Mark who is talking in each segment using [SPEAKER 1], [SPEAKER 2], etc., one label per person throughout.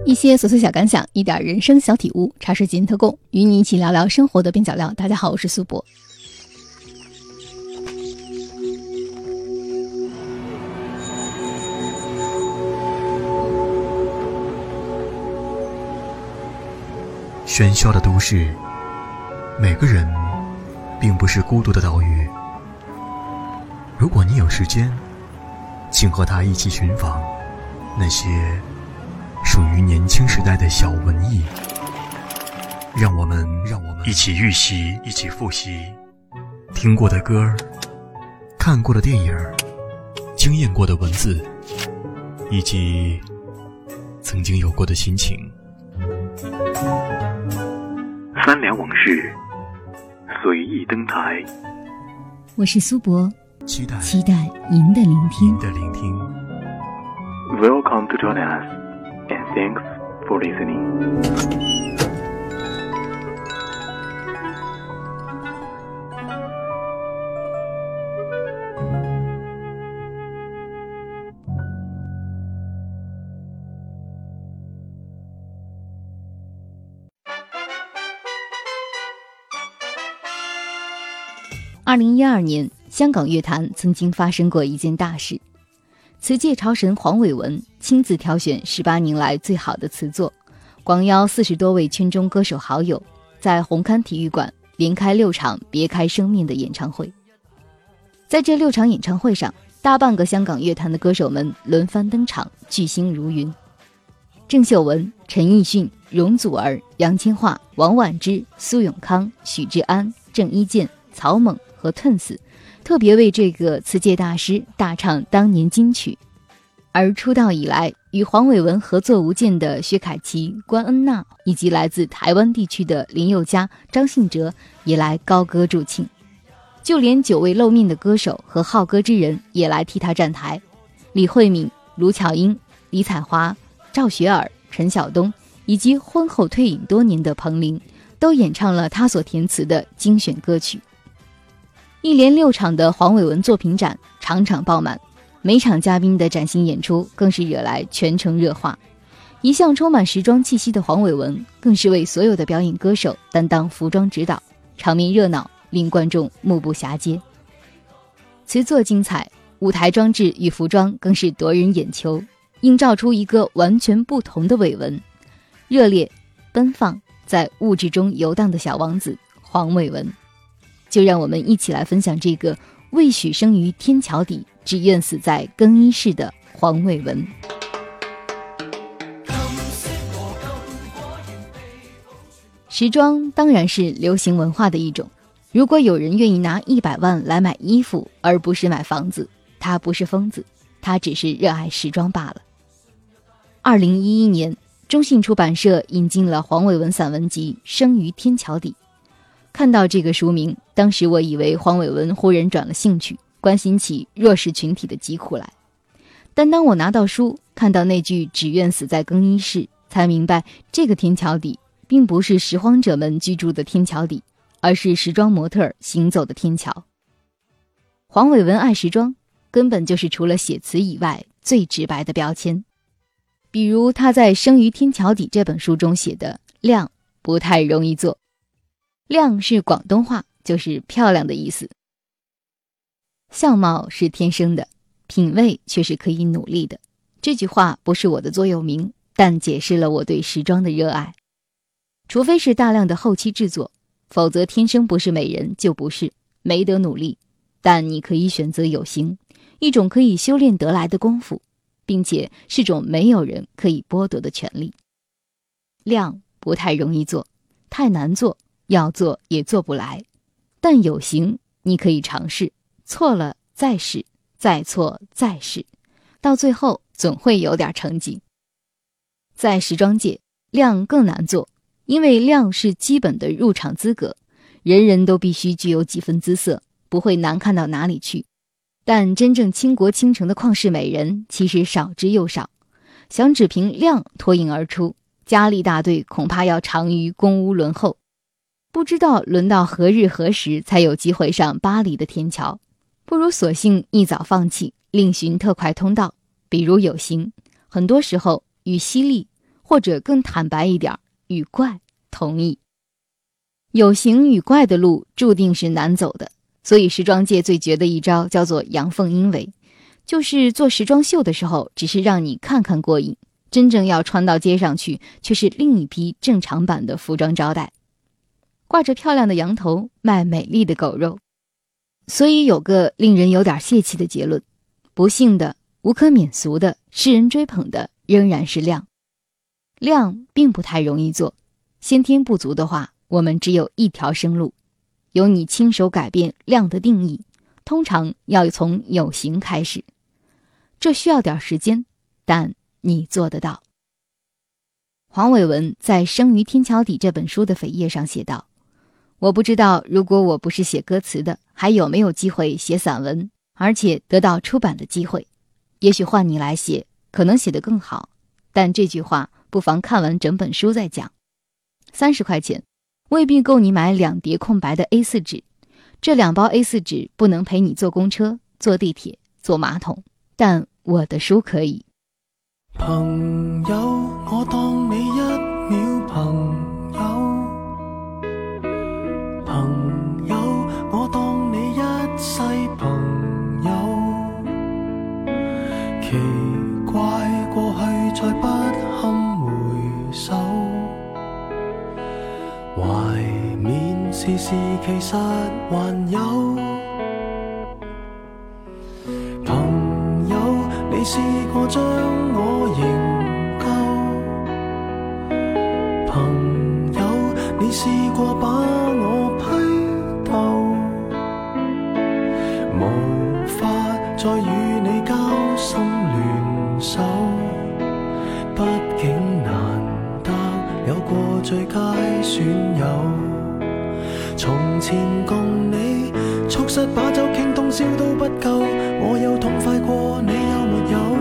[SPEAKER 1] 一些琐碎小感想，一点人生小体悟，茶水间特供，与你一起聊聊生活的边角料。大家好，我是苏博。
[SPEAKER 2] 喧嚣的都市，每个人并不是孤独的岛屿。如果你有时间，请和他一起寻访那些属于年轻时代的小文艺，让我们一起预习，一起复习听过的歌，看过的电影，经验过的文字，以及曾经有过的心情。三两往事，随意登台。
[SPEAKER 1] 我是苏博，
[SPEAKER 2] 期待
[SPEAKER 1] 您的聆听。
[SPEAKER 2] Welcome to join us, and thanks for listening.
[SPEAKER 1] 2012年，香港乐坛曾经发生过一件大事。词界潮神黄伟文亲自挑选18年来最好的词作，广邀40多位圈中歌手好友，在红磡体育馆连开6场别开生面的演唱会。在这6场演唱会上，大半个香港乐坛的歌手们轮番登场，巨星如云。郑秀文、陈奕迅、容祖儿、杨千嬅、王菀之、苏永康、许志安、郑伊健、曹猛和 Twins 特别为这个词界大师大唱当年金曲。而出道以来与黄伟文合作无间的薛凯琪、关恩娜以及来自台湾地区的林宥嘉、张信哲也来高歌助庆，就连久未露面的歌手和好歌之人也来替他站台。李慧敏、卢巧音、李彩华、赵雪儿、陈晓东以及婚后退隐多年的彭羚都演唱了他所填词的精选歌曲。一连6场的黄伟文作品展场场爆满，每场嘉宾的崭新演出更是惹来全城热话。一向充满时装气息的黄伟文更是为所有的表演歌手担当服装指导，场面热闹，令观众目不暇接。词作精彩，舞台装置与服装更是夺人眼球，映照出一个完全不同的伟文，热烈奔放，在物质中游荡的小王子黄伟文。就让我们一起来分享这个未许生于天桥底，只愿死在更衣室的黄伟文。时装当然是流行文化的一种，如果有人愿意拿100万来买衣服而不是买房子，他不是疯子，他只是热爱时装罢了。2011年，中信出版社引进了黄伟文散文集《生于天桥底》。看到这个书名，当时我以为黄伟文忽然转了兴趣，关心起弱势群体的疾苦来。但当我拿到书，看到那句只愿死在更衣室，才明白这个天桥底并不是拾荒者们居住的天桥底，而是时装模特行走的天桥。黄伟文爱时装，根本就是除了写词以外最直白的标签。比如他在《生于天桥底》这本书中写的亮不太容易做。亮是广东话，就是漂亮的意思。相貌是天生的，品味却是可以努力的。这句话不是我的座右铭，但解释了我对时装的热爱。除非是大量的后期制作，否则天生不是美人就不是，没得努力。但你可以选择有形，一种可以修炼得来的功夫，并且是种没有人可以剥夺的权利。亮不太容易做，太难做，要做也做不来，但有形你可以尝试，错了再试，再错再试，到最后总会有点成绩。在时装界，亮更难做，因为亮是基本的入场资格，人人都必须具有几分姿色，不会难看到哪里去。但真正倾国倾城的旷世美人其实少之又少，想只凭亮脱颖而出，佳丽大队恐怕要长于宫屋轮候。不知道轮到何日何时才有机会上巴黎的天桥，不如索性一早放弃，另寻特快通道。比如有形，很多时候与犀利或者更坦白一点，与怪同义。有形与怪的路注定是难走的，所以时装界最绝的一招叫做阳奉阴违，就是做时装秀的时候只是让你看看过瘾，真正要穿到街上去却是另一批正常版的服装招待，挂着漂亮的羊头卖美丽的狗肉。所以有个令人有点泄气的结论，不幸的、无可免俗的、世人追捧的仍然是量。量并不太容易做，先天不足的话，我们只有一条生路，由你亲手改变量的定义，通常要从有形开始。这需要点时间，但你做得到。黄伟文在《生于天桥底》这本书的扉页上写道，我不知道如果我不是写歌词的，还有没有机会写散文，而且得到出版的机会。也许换你来写，可能写得更好，但这句话不妨看完整本书再讲。30块钱未必够你买2叠空白的 A4 纸，这2包 A4 纸不能陪你坐公车、坐地铁、坐马桶，但我的书可以。
[SPEAKER 3] 朋友，我當你一秒朋友，朋友，我當你一世朋友。奇怪，過去再不堪回首，懷緬時時其實還有。朋友，你試過將我營救，朋友，你試過把我批鬥，無法再與你交心聯手，畢竟難得有過最佳損友。從前共你促膝把酒傾通宵都不夠，我有痛快過你有沒有？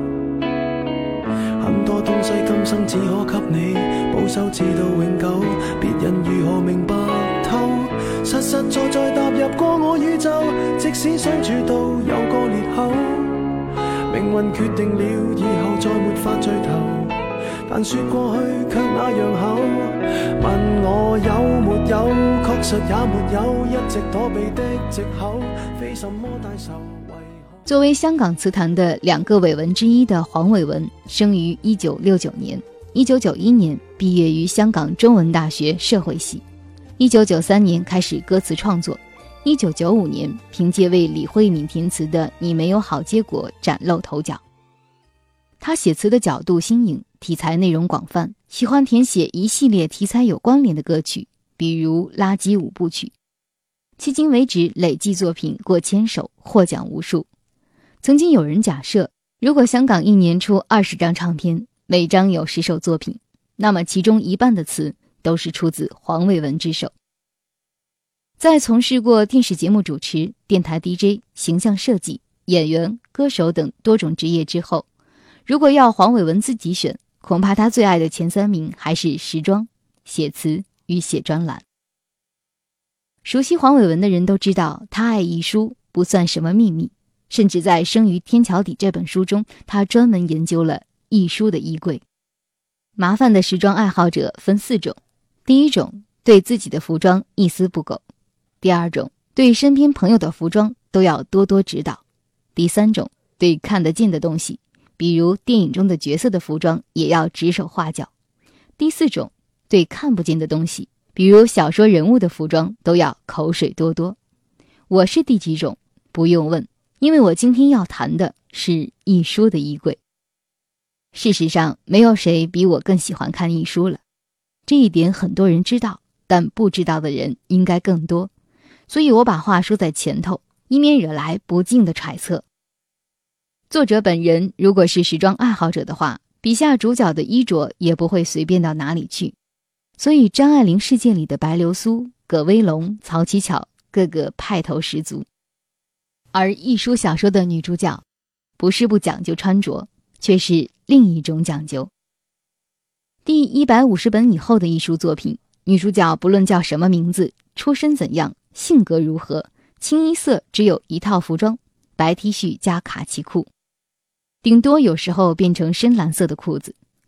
[SPEAKER 3] 很多東西今生只可給你保守至到永久，別人如何明白透？實實在在踏入過我宇宙，即使相處到有個裂口，命運決定了以後再沒法聚頭，但說過去卻那樣厚。問我有沒有，確實也沒有，一直躲避的藉口，非什麼大仇。
[SPEAKER 1] 作为香港词坛的2个伟文之一的黄伟文，生于1969年，1991年毕业于香港中文大学社会系，1993年开始歌词创作，1995年凭借为李慧敏填词的《你没有好结果》崭露头角。他写词的角度新颖，题材内容广泛，喜欢填写一系列题材有关联的歌曲，比如《垃圾5部曲》。迄今为止累计作品过1000首，获奖无数。曾经有人假设，如果香港一年出20张唱片，每张有10首作品，那么其中一半的词都是出自黄伟文之手。在从事过电视节目主持、电台 DJ、形象设计、演员、歌手等多种职业之后，如果要黄伟文自己选，恐怕他最爱的前3名还是时装、写词与写专栏。熟悉黄伟文的人都知道，他爱艺书不算什么秘密，甚至在《生于天桥底》这本书中，他专门研究了艺书的衣柜。麻烦的时装爱好者分4种，第一种，对自己的服装一丝不苟；第二种，对身边朋友的服装都要多多指导；第三种，对看得见的东西，比如电影中的角色的服装也要指手画脚；第4种，对看不见的东西，比如小说人物的服装都要口水多多。我是第几种？不用问，因为我今天要谈的是艺书的衣柜。事实上，没有谁比我更喜欢看艺书了，这一点很多人知道，但不知道的人应该更多，所以我把话说在前头，以免惹来不敬的揣测。作者本人如果是时装爱好者的话，笔下主角的衣着也不会随便到哪里去，所以张爱玲世界里的白流苏、葛威龙、曹七巧个个派头十足。而艺书小说的女主角不是不讲究穿着，却是另一种讲究。第150本以后的艺书作品，女主角不论叫什么名字，出身怎样，性格如何，清一色只有一套服装，白 T 恤加卡其裤，顶多有时候变成深蓝色的裤子。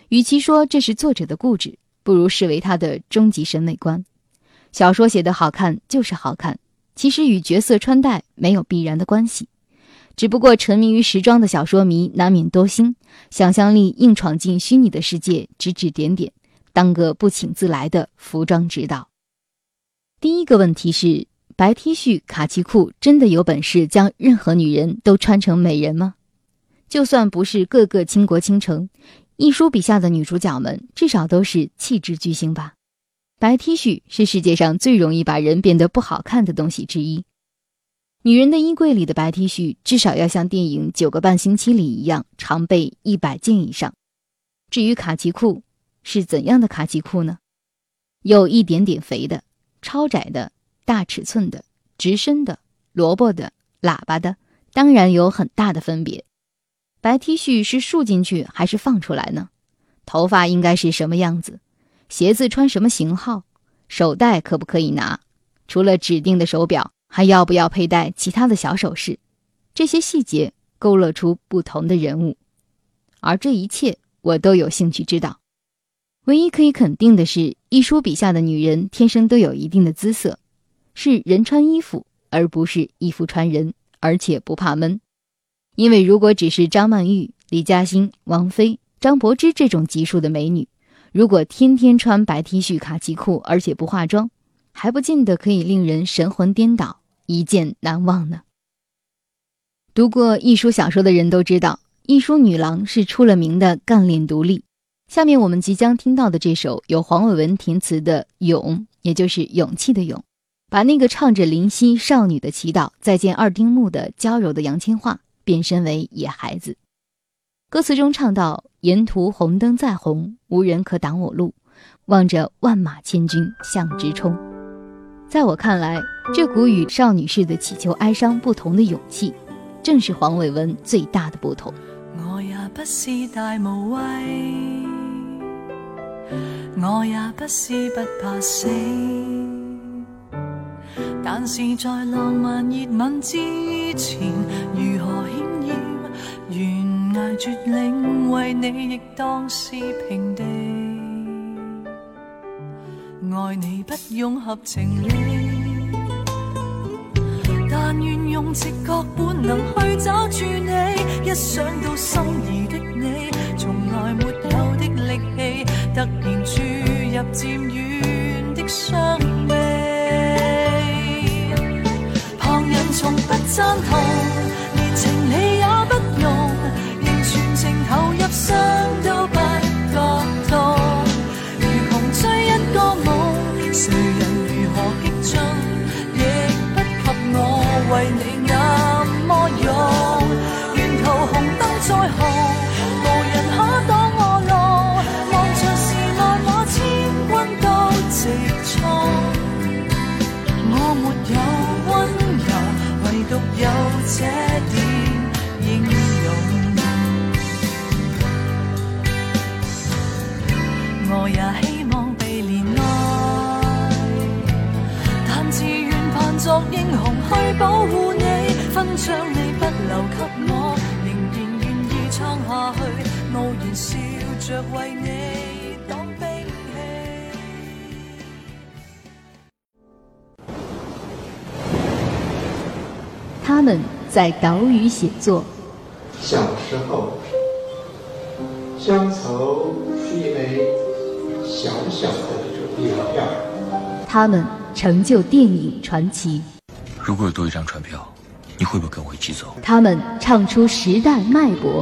[SPEAKER 1] 与其说这是作者的固执，不如视为他的终极审美观。小说写得好看就是好看，其实与角色穿戴没有必然的关系。只不过沉迷于时装的小说迷难免多心，想象力硬闯进虚拟的世界，指指点点，当个不请自来的服装指导。第一个问题是，白 T 恤卡其裤真的有本事将任何女人都穿成美人吗？就算不是个个倾国倾城，一书笔下的女主角们至少都是气质巨星吧。白 T 恤是世界上最容易把人变得不好看的东西之一。女人的衣柜里的白 T 恤至少要像电影《9个半星期》里一样常备100件以上。至于卡其裤，是怎样的卡其裤呢？有一点点肥的，超窄的，大尺寸的，直身的，萝卜的，喇叭的，当然有很大的分别。白 T 恤是束进去还是放出来呢？头发应该是什么样子？鞋子穿什么型号？手袋可不可以拿？除了指定的手表，还要不要佩戴其他的小首饰？这些细节勾勒出不同的人物，而这一切我都有兴趣知道。唯一可以肯定的是，一书笔下的女人天生都有一定的姿色，是人穿衣服，而不是衣服穿人，而且不怕闷。因为如果只是张曼玉、李嘉欣、王菲、张柏芝这种级数的美女，如果天天穿白 T 恤卡其裤，而且不化妆，还不见得可以令人神魂颠倒，一见难忘呢。读过一书小说的人都知道，一书女郎是出了名的干练独立。下面我们即将听到的这首由黄伟文填词的《勇》，也就是勇气的勇，把那个唱着林夕少女的祈祷再见二丁目的娇柔的杨千嬅变身为野孩子。歌词中唱到，沿途红灯再红，无人可挡我路，望着万马千军向直冲。在我看来，这股与少女式的祈求哀伤不同的勇气，正是黄伟文最大的不同。
[SPEAKER 4] 我也不是大无畏，我也不是不怕死，但是在浪漫熱吻之前，如何險要懸崖絕嶺，為你亦當是平地。愛你不用合情理，但願用直覺本能去找住你。一想到心儀的你，從來沒有的力氣，突然注入漸遠的傷悲。旁人從不贊同，連情理也不容，仍全情投入，傷都不覺痛。如窮追一個夢，誰人如何激進，亦不及我為你那麼勇。沿途紅燈再紅，無人可擋我路，望着是萬馬千軍都直衝。我沒有溫柔，唯獨有這點英勇。我也希望被憐愛，但自願扮作英雄去保護你，勳章你不留給我，仍然願意撐下去，傲然笑着為你擋兵器。
[SPEAKER 1] 他们在岛屿写作。
[SPEAKER 5] 小时候，乡愁是一枚小小的邮票，
[SPEAKER 1] 他们成就电影传奇。
[SPEAKER 6] 如果有多一张船票，你会不会跟我一起走？
[SPEAKER 1] 他们唱出时代脉搏。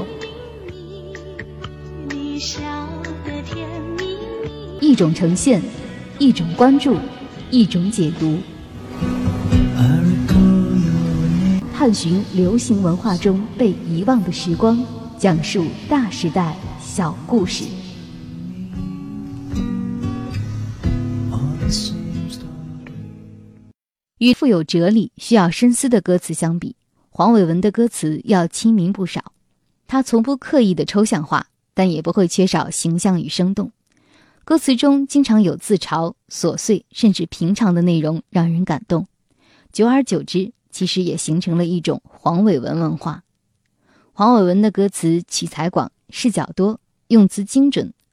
[SPEAKER 1] 一种呈现，一种关注，一种解读。探寻流行文化中被遗忘的时光，讲述大时代小故事。与富有哲理、需要深思的歌词相比，黄伟文的歌词要亲民不少。他从不刻意的抽象化，但也不会缺少形象与生动。歌词中经常有自嘲、琐碎甚至平常的内容让人感动，久而久之，其实也形成了一种黄伟文文化。黄伟文的歌词取材广、视角多，用词精准，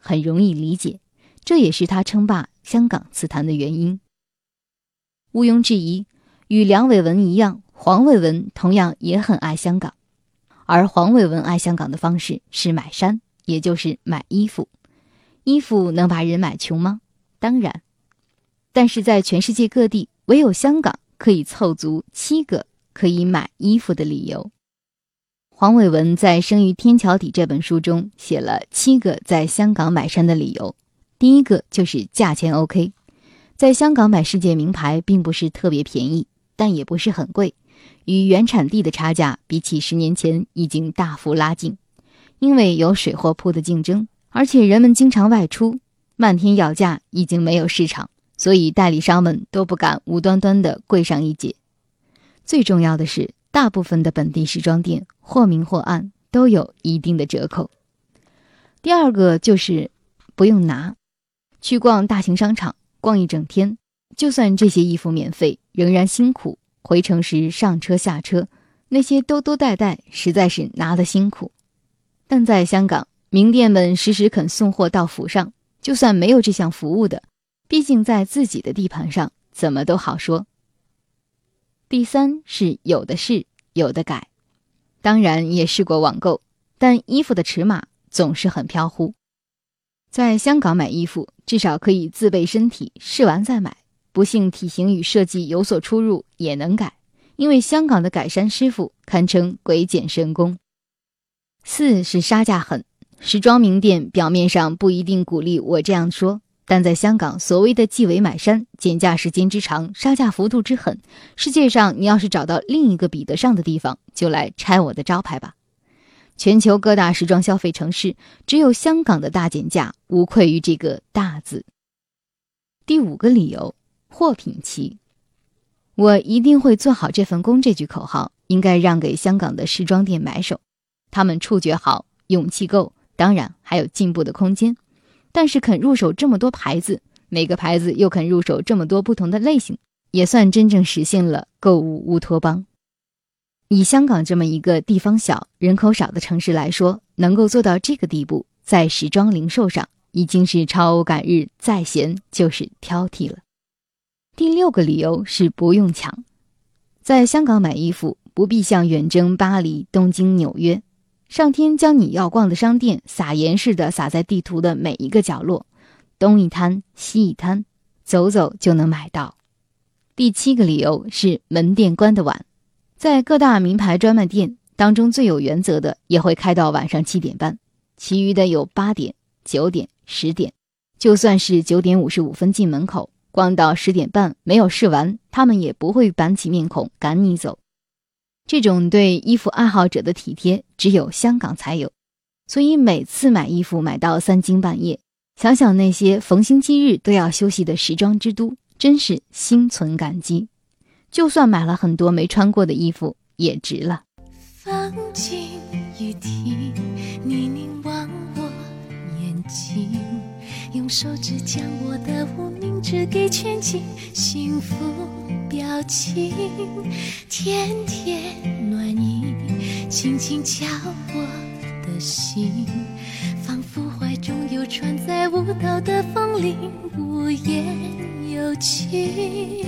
[SPEAKER 1] 很容易理解，这也是他称霸香港词坛的原因。毋庸置疑，与梁伟文一样，黄伟文同样也很爱香港，而黄伟文爱香港的方式是买衫，也就是买衣服。衣服能把人买穷吗？当然。但是在全世界各地，唯有香港可以凑足7个可以买衣服的理由。黄伟文在《生于天桥底》这本书中写了7个在香港买衫的理由。第一个就是价钱 OK。在香港买世界名牌并不是特别便宜，但也不是很贵，与原产地的差价比起10年前已经大幅拉近。因为有水货铺的竞争，而且人们经常外出，漫天要价已经没有市场，所以代理商们都不敢无端端地贵上一截。最重要的是，大部分的本地时装店或明或暗都有一定的折扣。第二个就是不用拿。去逛大型商场逛一整天，就算这些衣服免费，仍然辛苦，回程时上车下车，那些兜兜带带实在是拿得辛苦。但在香港，名店们时时肯送货到府上，就算没有这项服务的，毕竟在自己的地盘上，怎么都好说。第三是有的是，有的改。当然也试过网购，但衣服的尺码总是很飘忽。在香港买衣服，至少可以自备身体，试完再买。不幸体型与设计有所出入也能改，因为香港的改衫师傅堪称鬼剪神工。4是杀价狠。时装名店表面上不一定鼓励我这样说，但在香港所谓的即尾买衫，减价时间之长，杀价幅度之狠，世界上你要是找到另一个比得上的地方，就来拆我的招牌吧。全球各大时装消费城市，只有香港的大减价无愧于这个大字。第5个理由，货品齐。我一定会做好这份工这句口号应该让给香港的时装店买手，他们触觉好，勇气够，当然还有进步的空间，但是肯入手这么多牌子，每个牌子又肯入手这么多不同的类型，也算真正实现了购物乌托邦。以香港这么一个地方小、人口少的城市来说，能够做到这个地步，在时装零售上已经是超欧赶日，再闲就是挑剔了。第6个理由是不用抢。在香港买衣服，不必像远征巴黎、东京、纽约，上天将你要逛的商店撒盐似的撒在地图的每一个角落，东一摊西一摊，走走就能买到。第7个理由是门店关得晚。在各大名牌专卖店当中，最有原则的也会开到晚上7点半，其余的有8点、9点、10点。就算是9点55分进门口，逛到10点半没有试完，他们也不会板起面孔赶你走。这种对衣服爱好者的体贴，只有香港才有。所以每次买衣服买到3更半夜，想想那些逢星期日都要休息的时装之都，真是心存感激。就算买了很多没穿过的衣服，也值了。
[SPEAKER 4] 放进雨停，你凝望我眼睛，用手指将我的无名指给圈紧，幸福表情，甜甜暖意，轻轻敲我的心，仿佛怀中有船在舞蹈的风铃，无言有情。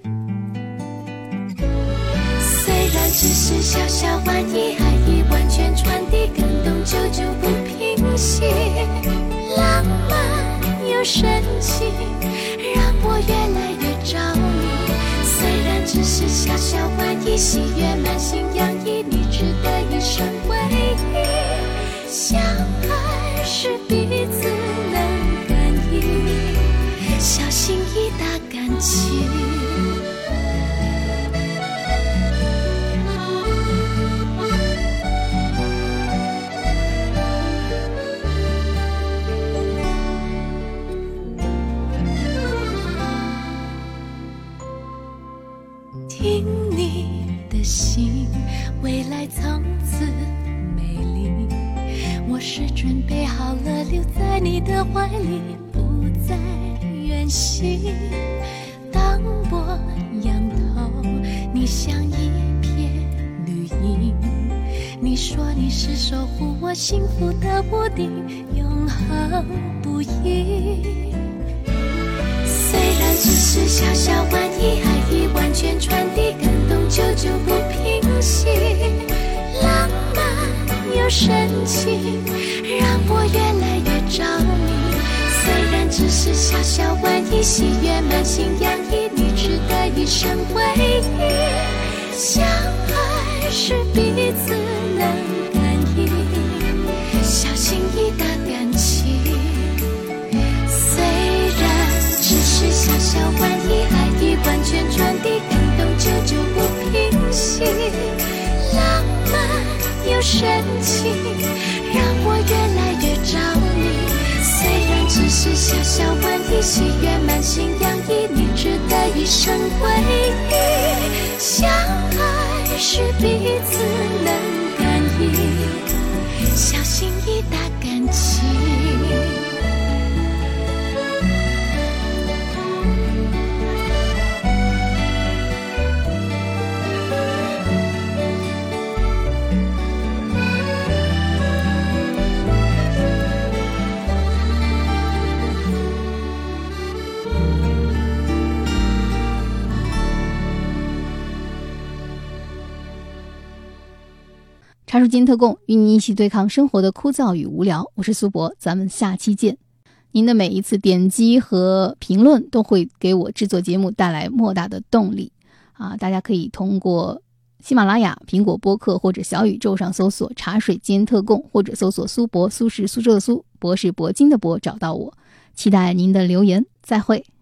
[SPEAKER 4] 虽然只是小小玩意，爱已完全传递，感动久久不平息，浪漫又深情，让我越来越着迷。虽然只是小小玩意，喜悦满心洋溢，你值得一生回忆。相爱是彼此能感应，小心翼翼打感情。听你的心，未来从此美丽。我是准备好了，留在你的怀里，不再远行。当我仰头，你像一片绿荫。你说你你是守护我幸福的屋顶，永恒不移。虽然只是小小玩意，爱已完全传递，感动久久不平息，浪漫又深情，让我越来越着迷。虽然只是小小玩意，喜悦满心洋溢，你值得一生回忆。相爱是彼此能感应，小心翼翼的感情。虽然只是小小玩意，爱已完全传递，感动久久不平息，浪漫又深情，让我越来越着迷。虽然只是小小玩意，喜悦满心洋溢，你值得一生回忆。相爱是彼此能感应，小心翼翼的感情。
[SPEAKER 1] 茶树金特供，与你一起对抗生活的枯燥与无聊。我是苏博，咱们下期见。您的每一次点击和评论都会给我制作节目带来莫大的动力大家可以通过喜马拉雅、苹果播客或者小宇宙上搜索茶水间特供，或者搜索苏博，苏是苏州的苏，博是铂金的博，找到我。期待您的留言，再会。